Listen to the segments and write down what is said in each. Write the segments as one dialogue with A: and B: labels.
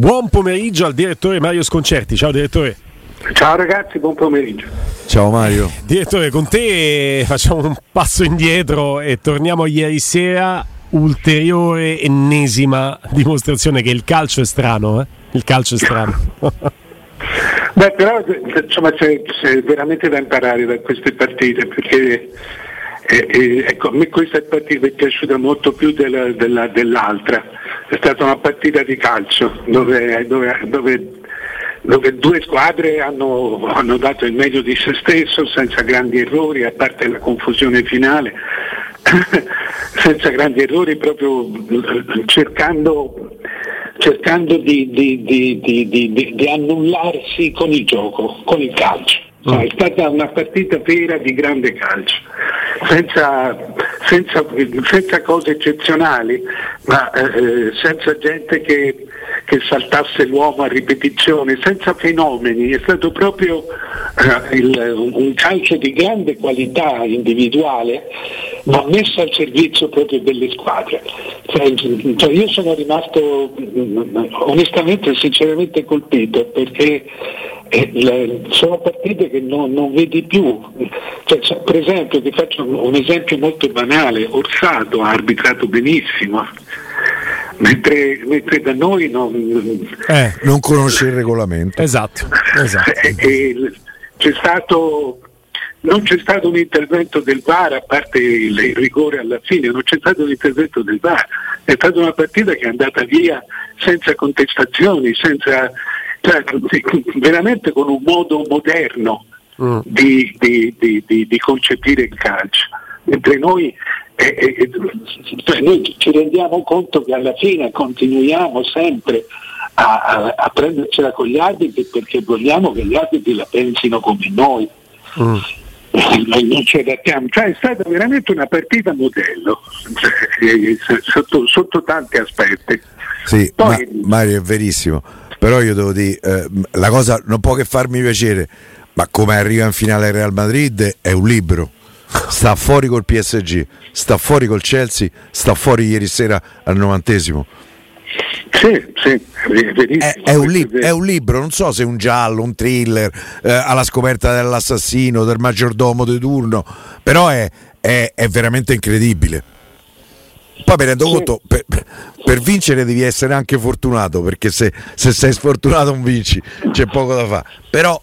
A: Buon pomeriggio al direttore Mario Sconcerti. Ciao direttore.
B: Ciao ragazzi, buon pomeriggio.
C: Ciao Mario.
A: Direttore, con te facciamo un passo indietro e torniamo a ieri sera, ulteriore ennesima dimostrazione che il calcio è strano, Il calcio è strano.
B: Beh, però insomma c'è veramente da imparare da queste partite, perché ecco, a me questa partita è piaciuta molto più dell'altra. È stata una partita di calcio dove due squadre hanno dato il meglio di se stesso senza grandi errori, a parte la confusione finale, senza grandi errori, proprio cercando di annullarsi con il gioco, con il calcio. È stata una partita vera di grande calcio, senza cose eccezionali, ma senza gente che saltasse l'uomo a ripetizione, senza fenomeni. È stato proprio un calcio di grande qualità individuale, ma messo al servizio proprio delle squadre. Cioè io sono rimasto onestamente e sinceramente colpito, perché sono partite che non vedi più. Cioè, per esempio, ti faccio un esempio molto banale: Orsato ha arbitrato benissimo, mentre da noi
C: non conosce il regolamento.
A: Esatto.
B: Non c'è stato un intervento del VAR, a parte il rigore alla fine, non c'è stato un intervento del VAR. È stata una partita che è andata via senza contestazioni, veramente con un modo moderno di concepire il calcio. Mentre noi ci rendiamo conto che alla fine continuiamo sempre a prendercela con gli arbitri, perché vogliamo che gli arbitri la pensino come noi. Non ci adattiamo. Cioè, è stata veramente una partita modello, sotto tanti aspetti.
C: Sì, poi, Mario, è verissimo, però io devo dire, la cosa non può che farmi piacere, ma come arriva in finale il Real Madrid è un libro. Sta fuori col PSG, sta fuori col Chelsea, sta fuori ieri sera al 90°.
B: Sì,
C: è un libro, non so se è un giallo, un thriller, alla scoperta dell'assassino, del maggiordomo di turno, però è veramente incredibile. Poi mi rendo conto, per vincere devi essere anche fortunato, perché se sei sfortunato non vinci, c'è poco da fare. Però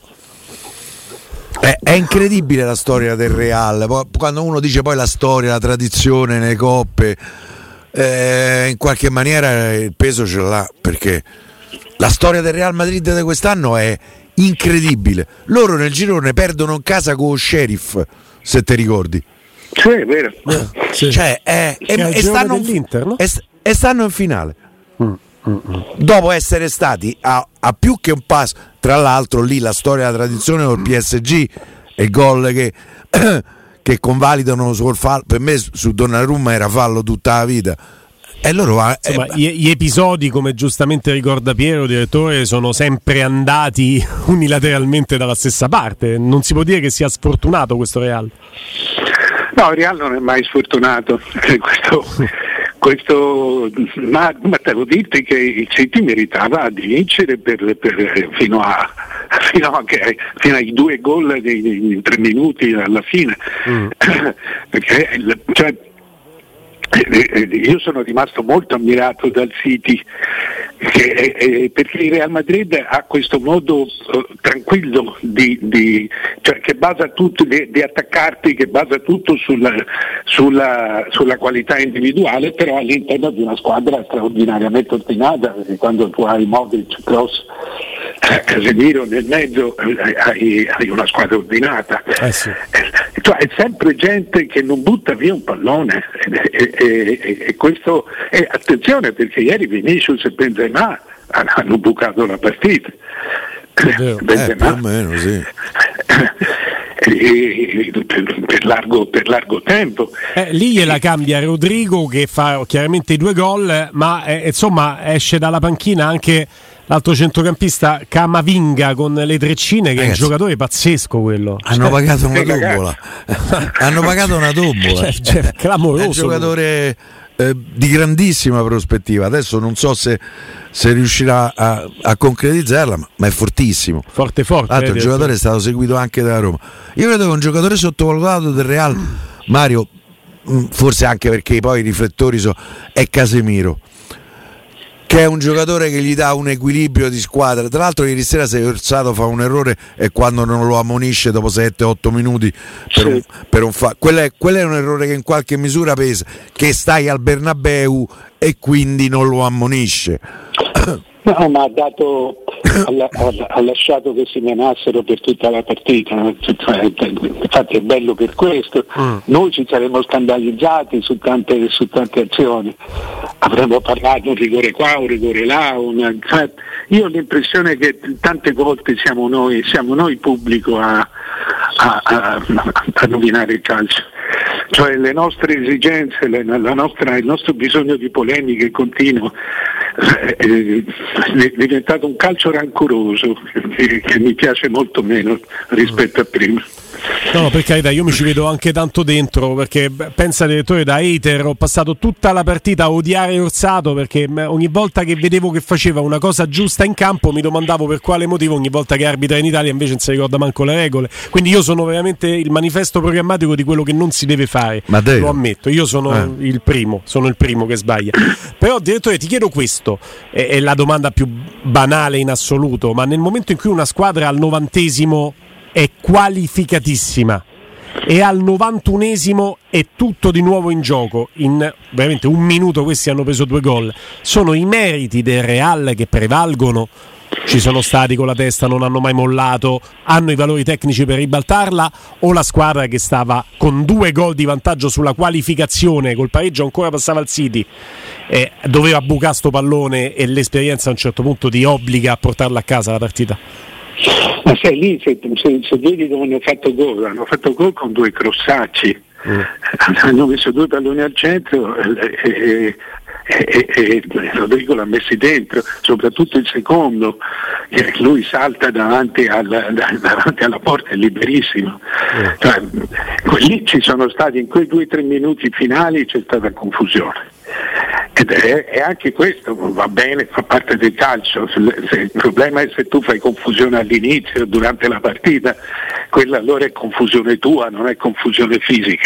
C: è incredibile la storia del Real. Quando uno dice poi la storia, la tradizione nelle coppe, in qualche maniera il peso ce l'ha, perché la storia del Real Madrid di quest'anno è incredibile. Loro nel girone perdono in casa con lo Sheriff, se ti ricordi.
B: Sì, è vero.
A: Sì.
C: Cioè, e stanno in finale. Dopo essere stati a più che un passo. Tra l'altro lì la storia della tradizione col PSG e il gol che convalidano sul fallo, per me su Donnarumma era fallo tutta la vita. E loro
A: gli episodi, come giustamente ricorda Piero, direttore, sono sempre andati unilateralmente dalla stessa parte. Non si può dire che sia sfortunato questo Real.
B: No, il Real non è mai sfortunato. Ma devo dirti che il City meritava di vincere fino ai 2 gol in 3 minuti alla fine. Perché io sono rimasto molto ammirato dal City, perché il Real Madrid ha questo modo tranquillo cioè che basa tutto di attaccarti, che basa tutto sulla qualità individuale, però all'interno di una squadra straordinariamente ordinata, perché quando tu hai Modric, Kroos, Casemiro nel mezzo, hai una squadra ordinata.
A: Sì.
B: Cioè, è sempre gente che non butta via un pallone, e questo attenzione, perché ieri Vinicius e Benzema hanno bucato la partita.
C: Più o meno, sì.
B: Per largo tempo.
A: Lì gliela cambia Rodrigo, che fa chiaramente i 2 gol, ma insomma esce dalla panchina anche l'altro centrocampista Camavinga con le treccine, che è un giocatore pazzesco quello.
C: Hanno pagato una tombola. Hanno pagato una tombola.
A: Cioè, clamoroso.
C: È un giocatore di grandissima prospettiva. Adesso non so se riuscirà a concretizzarla, ma è fortissimo.
A: Forte.
C: Il giocatore è stato seguito anche dalla Roma. Io credo che un giocatore sottovalutato del Real, Mario, forse anche perché poi i riflettori è Casemiro, che è un giocatore che gli dà un equilibrio di squadra. Tra l'altro ieri sera se Orsato fa un errore e quando non lo ammonisce dopo 7-8 minuti per un quello è un errore che in qualche misura pesa, che stai al Bernabeu e quindi non lo ammonisce.
B: No, ma ha lasciato che si menassero per tutta la partita, infatti è bello per questo. Noi ci saremmo scandalizzati su tante azioni, avremmo parlato un rigore qua, un rigore là, io ho l'impressione che tante volte siamo noi pubblico a rovinare il calcio, cioè le nostre esigenze, il nostro bisogno di polemiche continuo è diventato un calcio rancoroso che mi piace molto meno rispetto a prima.
A: No, per carità, io mi ci vedo anche tanto dentro, perché pensa direttore, da hater ho passato tutta la partita a odiare Orsato, perché ogni volta che vedevo che faceva una cosa giusta in campo mi domandavo per quale motivo ogni volta che arbitra in Italia invece non si ricorda manco le regole. Quindi io sono veramente il manifesto programmatico di quello che non si deve fare, lo ammetto, io sono il primo che sbaglia. Però direttore, ti chiedo questo, è la domanda più banale in assoluto, ma nel momento in cui una squadra al 90° è qualificatissima e al 91° è tutto di nuovo in gioco, in veramente un minuto questi hanno preso 2 gol, sono i meriti del Real che prevalgono? Ci sono stati con la testa, non hanno mai mollato, hanno i valori tecnici per ribaltarla, o la squadra che stava con 2 gol di vantaggio sulla qualificazione, col pareggio ancora passava al City, doveva bucare sto pallone e l'esperienza a un certo punto ti obbliga a portarla a casa la partita?
B: Ma sei lì, se vedi come hanno fatto gol con 2 crossacci, hanno messo 2 palloni al centro e Rodrigo l'ha messi dentro, soprattutto il secondo, lui salta davanti alla porta, è liberissimo. Cioè, lì ci sono stati, in quei 2-3 minuti finali c'è stata confusione. Ed è anche questo, va bene, fa parte del calcio. Il problema è se tu fai confusione all'inizio, durante la partita, quella allora è confusione tua, non è confusione fisica.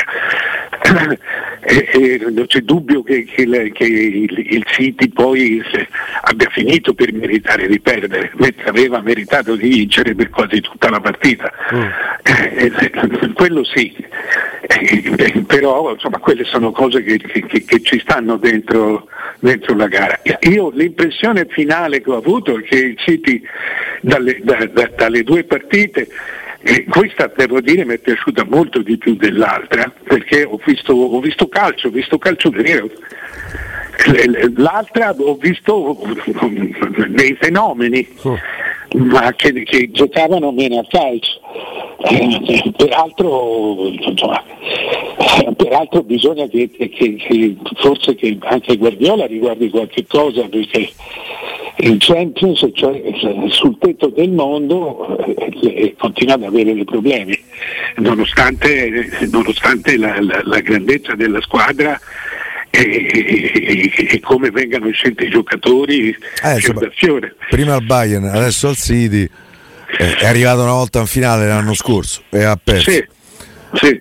B: E non c'è dubbio che il City poi abbia finito per meritare di perdere, mentre aveva meritato di vincere per quasi tutta la partita. Quello sì, però insomma quelle sono cose che ci stanno dentro la gara. Io l'impressione finale che ho avuto è che il City dalle 2 partite, questa devo dire mi è piaciuta molto di più dell'altra, perché ho visto calcio vero. L'altra ho visto dei fenomeni, ma che giocavano meno a calcio. Peraltro bisogna che forse che anche Guardiola riguardi qualche cosa, perché il Champions, cioè sul tetto del mondo, continua ad avere dei problemi, nonostante la grandezza della squadra e come vengano scelti i giocatori.
C: Prima al Bayern, adesso al City, è arrivato una volta in finale l'anno scorso e ha perso.
B: Sì.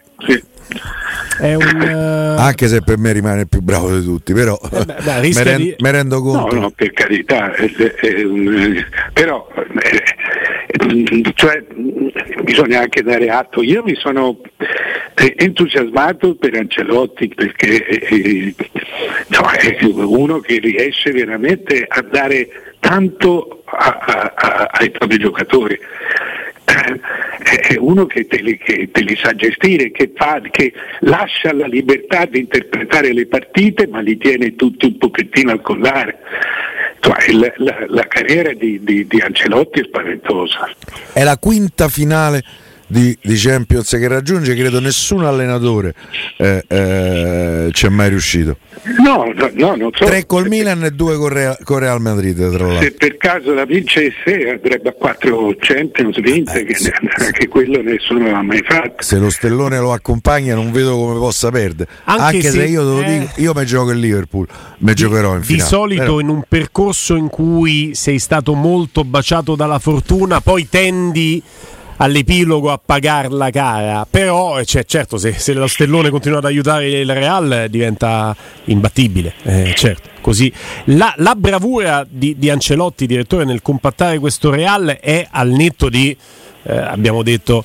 C: Anche se per me rimane il più bravo di tutti, però mi rendo conto.
B: No, per carità, però cioè, bisogna anche dare atto. Io mi sono entusiasmato per Ancelotti, perché è uno che riesce veramente a dare tanto ai propri giocatori. È uno che te li sa gestire, che lascia la libertà di interpretare le partite, ma li tiene tutti un pochettino al collare. La carriera di Ancelotti è spaventosa.
C: È la quinta finale di Champions che raggiunge, credo nessun allenatore ci è mai riuscito.
B: No, non so.
C: 3 col Milan e 2 con Real Madrid, tra l'altro.
B: Se per caso la vincesse andrebbe a 4 Champions vinte, che anche quello nessuno l'ha mai fatto.
C: Se lo stellone lo accompagna non vedo come possa perdere, anche se io te lo dico, io mi gioco il Liverpool, mi giocherò in finale.
A: Di solito però, in un percorso in cui sei stato molto baciato dalla fortuna, poi tendi all'epilogo a pagarla cara, però certo, se lo stellone continua ad aiutare il Real diventa imbattibile, certo. Così la bravura di Ancelotti, direttore, nel compattare questo Real è al netto di abbiamo detto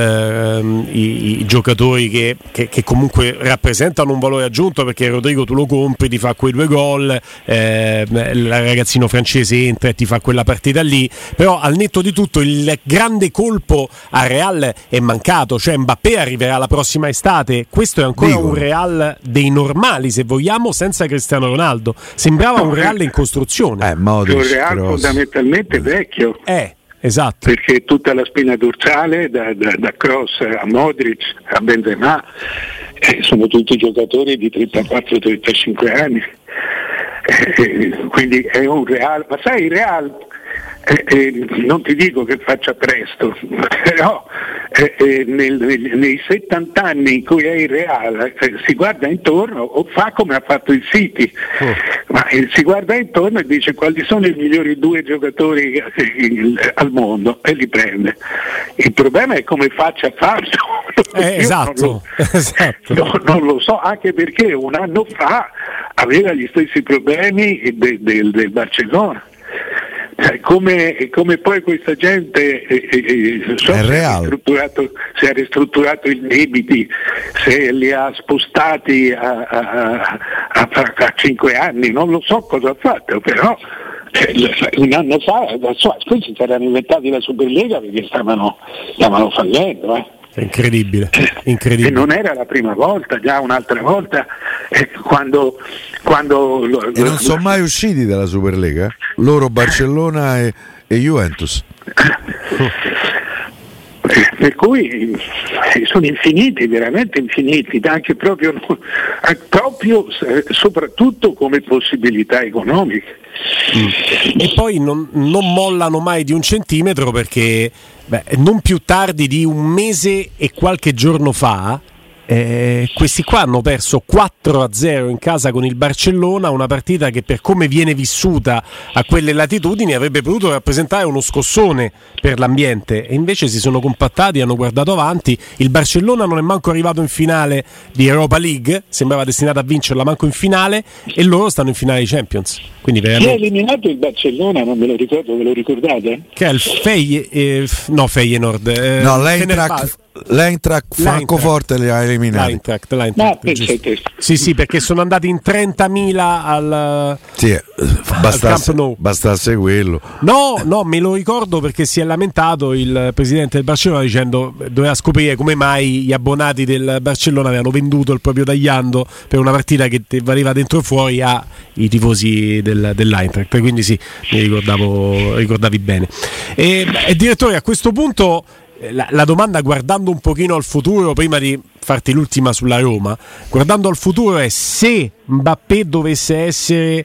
A: i giocatori che comunque rappresentano un valore aggiunto, perché Rodrigo tu lo compri, ti fa quei 2 gol, il ragazzino francese entra e ti fa quella partita lì, però al netto di tutto il grande colpo al Real è mancato, cioè Mbappé arriverà la prossima estate, questo è ancora un Real dei normali, se vogliamo, senza Cristiano Ronaldo, sembrava un Real in costruzione,
B: un Real fondamentalmente vecchio.
A: Esatto.
B: Perché tutta la spina dorsale da Kroos a Modric a Benzema sono tutti giocatori di 34-35 anni, quindi è un Real, ma sai, il Real non ti dico che faccia presto, però nei 70 anni in cui è il Real si guarda intorno o fa come ha fatto il City, ma si guarda intorno e dice quali sono i migliori 2 giocatori al mondo e li prende. Il problema è come faccia a farlo.
A: Esatto.
B: Non lo so, anche perché un anno fa aveva gli stessi problemi del Barcellona. Come poi questa gente si ha ristrutturato i debiti, se li ha spostati a 5 anni, non lo so cosa ha fatto, però un anno fa questi si erano inventati la Superlega perché stavano fallendo.
A: Incredibile.
B: E non era la prima volta, già un'altra volta quando
C: e non sono mai usciti dalla Superlega, loro Barcellona e Juventus.
B: Per cui sono infiniti, veramente infiniti, anche proprio soprattutto come possibilità economiche.
A: E poi non mollano mai di un centimetro, perché non più tardi di un mese e qualche giorno fa questi qua hanno perso 4-0 in casa con il Barcellona, una partita che per come viene vissuta a quelle latitudini avrebbe potuto rappresentare uno scossone per l'ambiente, e invece si sono compattati, hanno guardato avanti. Il Barcellona non è manco arrivato in finale di Europa League, sembrava destinato a vincerla manco in finale, e loro stanno in finale di Champions. Quindi veramente...
B: Chi ha eliminato il Barcellona, non me lo ricordo, ve lo ricordate?
A: Che è il Feyenoord,
C: l'Eintracht Francoforte li ha eliminati.
B: L'Eintracht.
A: Sì, perché sono andati in 30.000 al
C: Camp Nou. Bastasse quello.
A: No, me lo ricordo, perché si è lamentato il presidente del Barcellona dicendo doveva scoprire come mai gli abbonati del Barcellona avevano venduto il proprio tagliando per una partita che valeva dentro e fuori ai tifosi dell'Eintracht. Quindi sì, mi ricordavi bene. E direttore, a questo punto la domanda, guardando un pochino al futuro, prima di farti l'ultima sulla Roma, guardando al futuro, è: se Mbappé dovesse essere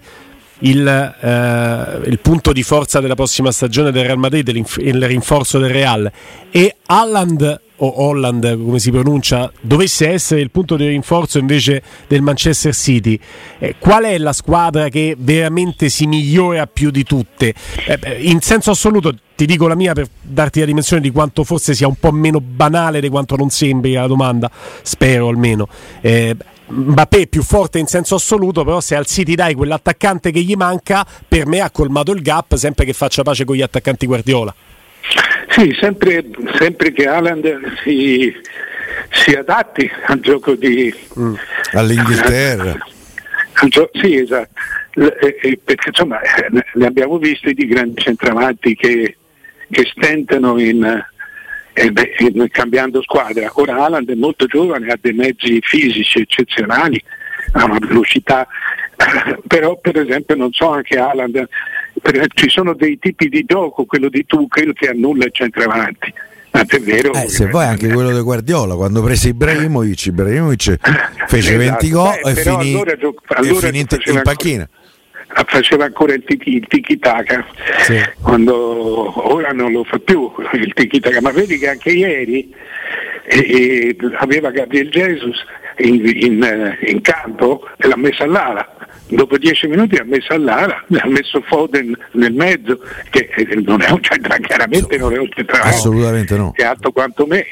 A: il punto di forza della prossima stagione del Real Madrid, il rinforzo del Real, e Haaland o Holland, come si pronuncia, dovesse essere il punto di rinforzo invece del Manchester City, qual è la squadra che veramente si migliora più di tutte? In senso assoluto, ti dico la mia per darti la dimensione di quanto forse sia un po' meno banale di quanto non sembri la domanda, spero almeno. Mbappé è più forte in senso assoluto, però se al City dai quell'attaccante che gli manca, per me ha colmato il gap, sempre che faccia pace con gli attaccanti Guardiola.
B: Sì, sempre che Haaland si adatti al gioco
C: all'Inghilterra.
B: Sì, esatto. Perché insomma ne abbiamo visti di grandi centravanti che stentano cambiando squadra. Ora Haaland è molto giovane, ha dei mezzi fisici eccezionali, ha una velocità, però per esempio non so, anche Haaland, ci sono dei tipi di gioco, quello di Tuchel che annulla il centravanti, è vero.
C: Se vuoi anche quello di Guardiola, quando prese Ibrahimovic fece 20 gol e finì in panchina.
B: Faceva ancora il tiki-taka, sì. Quando ora non lo fa più il tiki-taka, ma vedi che anche ieri aveva Gabriel Jesus in campo e l'ha messa all'ala. Dopo 10 minuti ha messo all'ala, ha messo Foden nel mezzo, che non è un centrale, chiaramente non è un centrale,
C: assolutamente no,
B: è alto quanto me,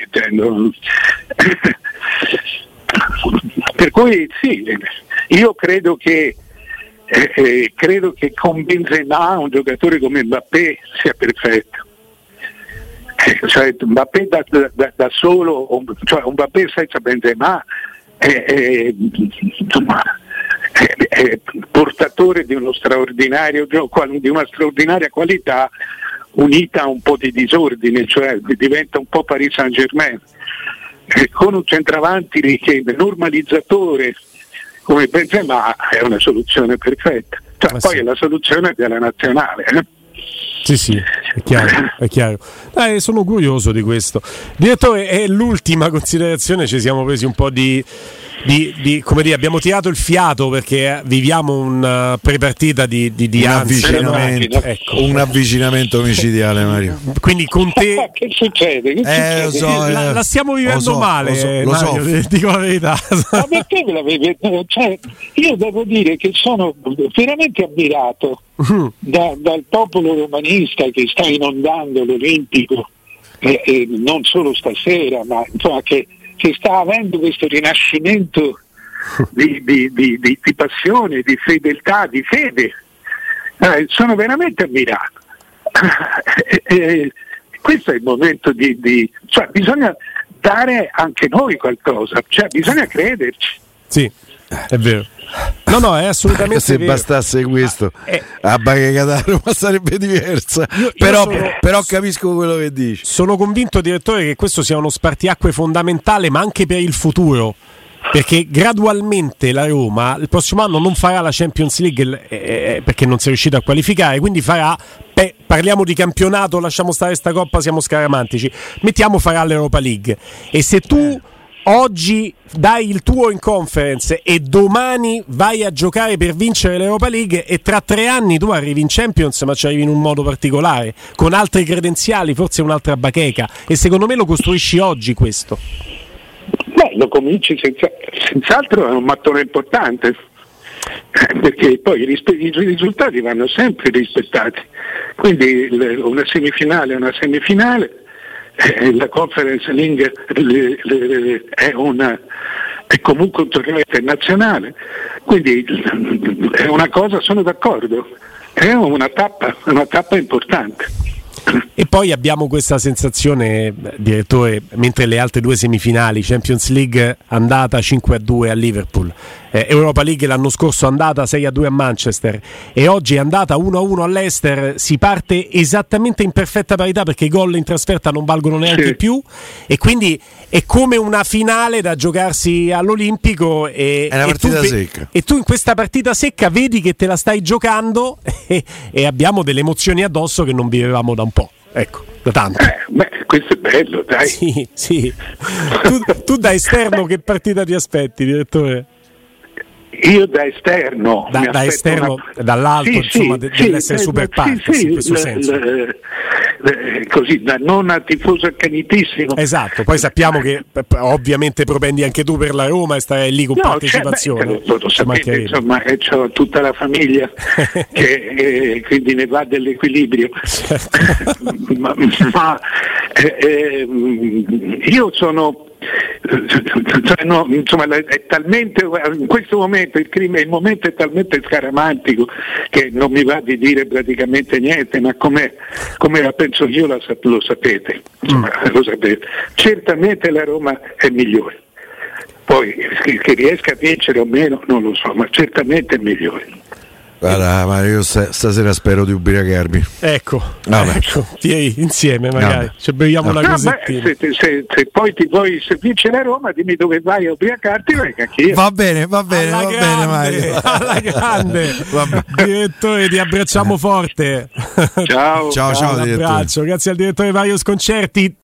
B: per cui sì, io credo che con Benzema un giocatore come Mbappé sia perfetto. Cioè Mbappé da solo, cioè un Mbappé senza Benzema è portatore di uno straordinario gioco, di una straordinaria qualità unita a un po' di disordine, cioè diventa un po' Paris Saint-Germain. Con un centravanti che è normalizzatore come Benzema è una soluzione perfetta, cioè, poi è la soluzione della nazionale.
A: Sì, è chiaro. Sono curioso di questo. Direttore, è l'ultima considerazione, ci siamo presi un po' di come dire, abbiamo tirato il fiato perché viviamo un prepartita di
C: avvicinamento, ecco. Un avvicinamento micidiale, Mario.
B: Quindi con te che succede?
C: Lo so,
A: la stiamo vivendo male,
C: lo so.
A: Dico la verità.
B: Ma perché me l'avevi? Cioè, io devo dire che sono veramente ammirato dal popolo romanista che sta inondando l'Olimpico, e non solo stasera, ma insomma che sta avendo questo rinascimento di passione, di fedeltà, di fede. Sono veramente ammirato. Questo è il momento cioè bisogna dare anche noi qualcosa, cioè bisogna crederci.
A: Sì, è vero. No, è assolutamente
C: se
A: vero.
C: bastasse questo a Bacheca da Roma sarebbe diversa. Però capisco quello che dici.
A: Sono convinto, direttore, che questo sia uno spartiacque fondamentale, ma anche per il futuro, perché gradualmente la Roma il prossimo anno non farà la Champions League perché non si è riuscito a qualificare, quindi farà parliamo di campionato, lasciamo stare sta coppa, siamo scaramantici, farà l'Europa League, e se tu oggi dai il tuo in Conference e domani vai a giocare per vincere l'Europa League, e tra 3 anni tu arrivi in Champions, ma ci arrivi in un modo particolare, con altre credenziali, forse un'altra bacheca, e secondo me lo costruisci oggi questo.
B: Lo cominci senz'altro, è un mattone importante, perché poi i risultati vanno sempre rispettati, quindi una semifinale, la Conference League è comunque un torneo internazionale, quindi è una cosa, sono d'accordo, è una tappa importante.
A: E poi abbiamo questa sensazione, direttore, mentre le altre 2 semifinali, Champions League andata 5-2 a Liverpool, Europa League l'anno scorso andata 6-2 a Manchester, e oggi è andata 1-1 all'Leicester, si parte esattamente in perfetta parità perché i gol in trasferta non valgono neanche più, e quindi è come una finale da giocarsi all'Olimpico,
C: è una partita secca.
A: E tu in questa partita secca vedi che te la stai giocando e abbiamo delle emozioni addosso che non vivevamo da un po', ecco, da tanto.
B: Questo è bello, dai.
A: Sì. Tu da esterno che partita ti aspetti, direttore?
B: Io da esterno,
A: dall'alto, insomma, dell'essere super partes in questo senso.
B: Così, da non tifoso accanitissimo.
A: Esatto, poi sappiamo che ovviamente propendi anche tu per la Roma e stai lì con partecipazione.
B: Lo sapete, insomma, c'ho tutta la famiglia che quindi ne va dell'equilibrio. ma io sono... insomma, è talmente, in questo momento il momento è talmente scaramantico che non mi va di dire praticamente niente, ma come la penso io lo sapete, insomma, lo sapete. Certamente la Roma è migliore, poi che riesca a vincere o meno non lo so, ma certamente è migliore.
C: Guarda, ma io stasera spero di ubriacarmi.
A: Ecco, insieme magari ci beviamo una cosettina.
B: Se poi se vince la Roma, dimmi dove vai a ubriacarti, venga anch'io.
C: Va bene Mario.
A: Alla grande. Direttore, ti abbracciamo forte.
B: Ciao,
C: un abbraccio,
A: grazie al direttore Mario Sconcerti.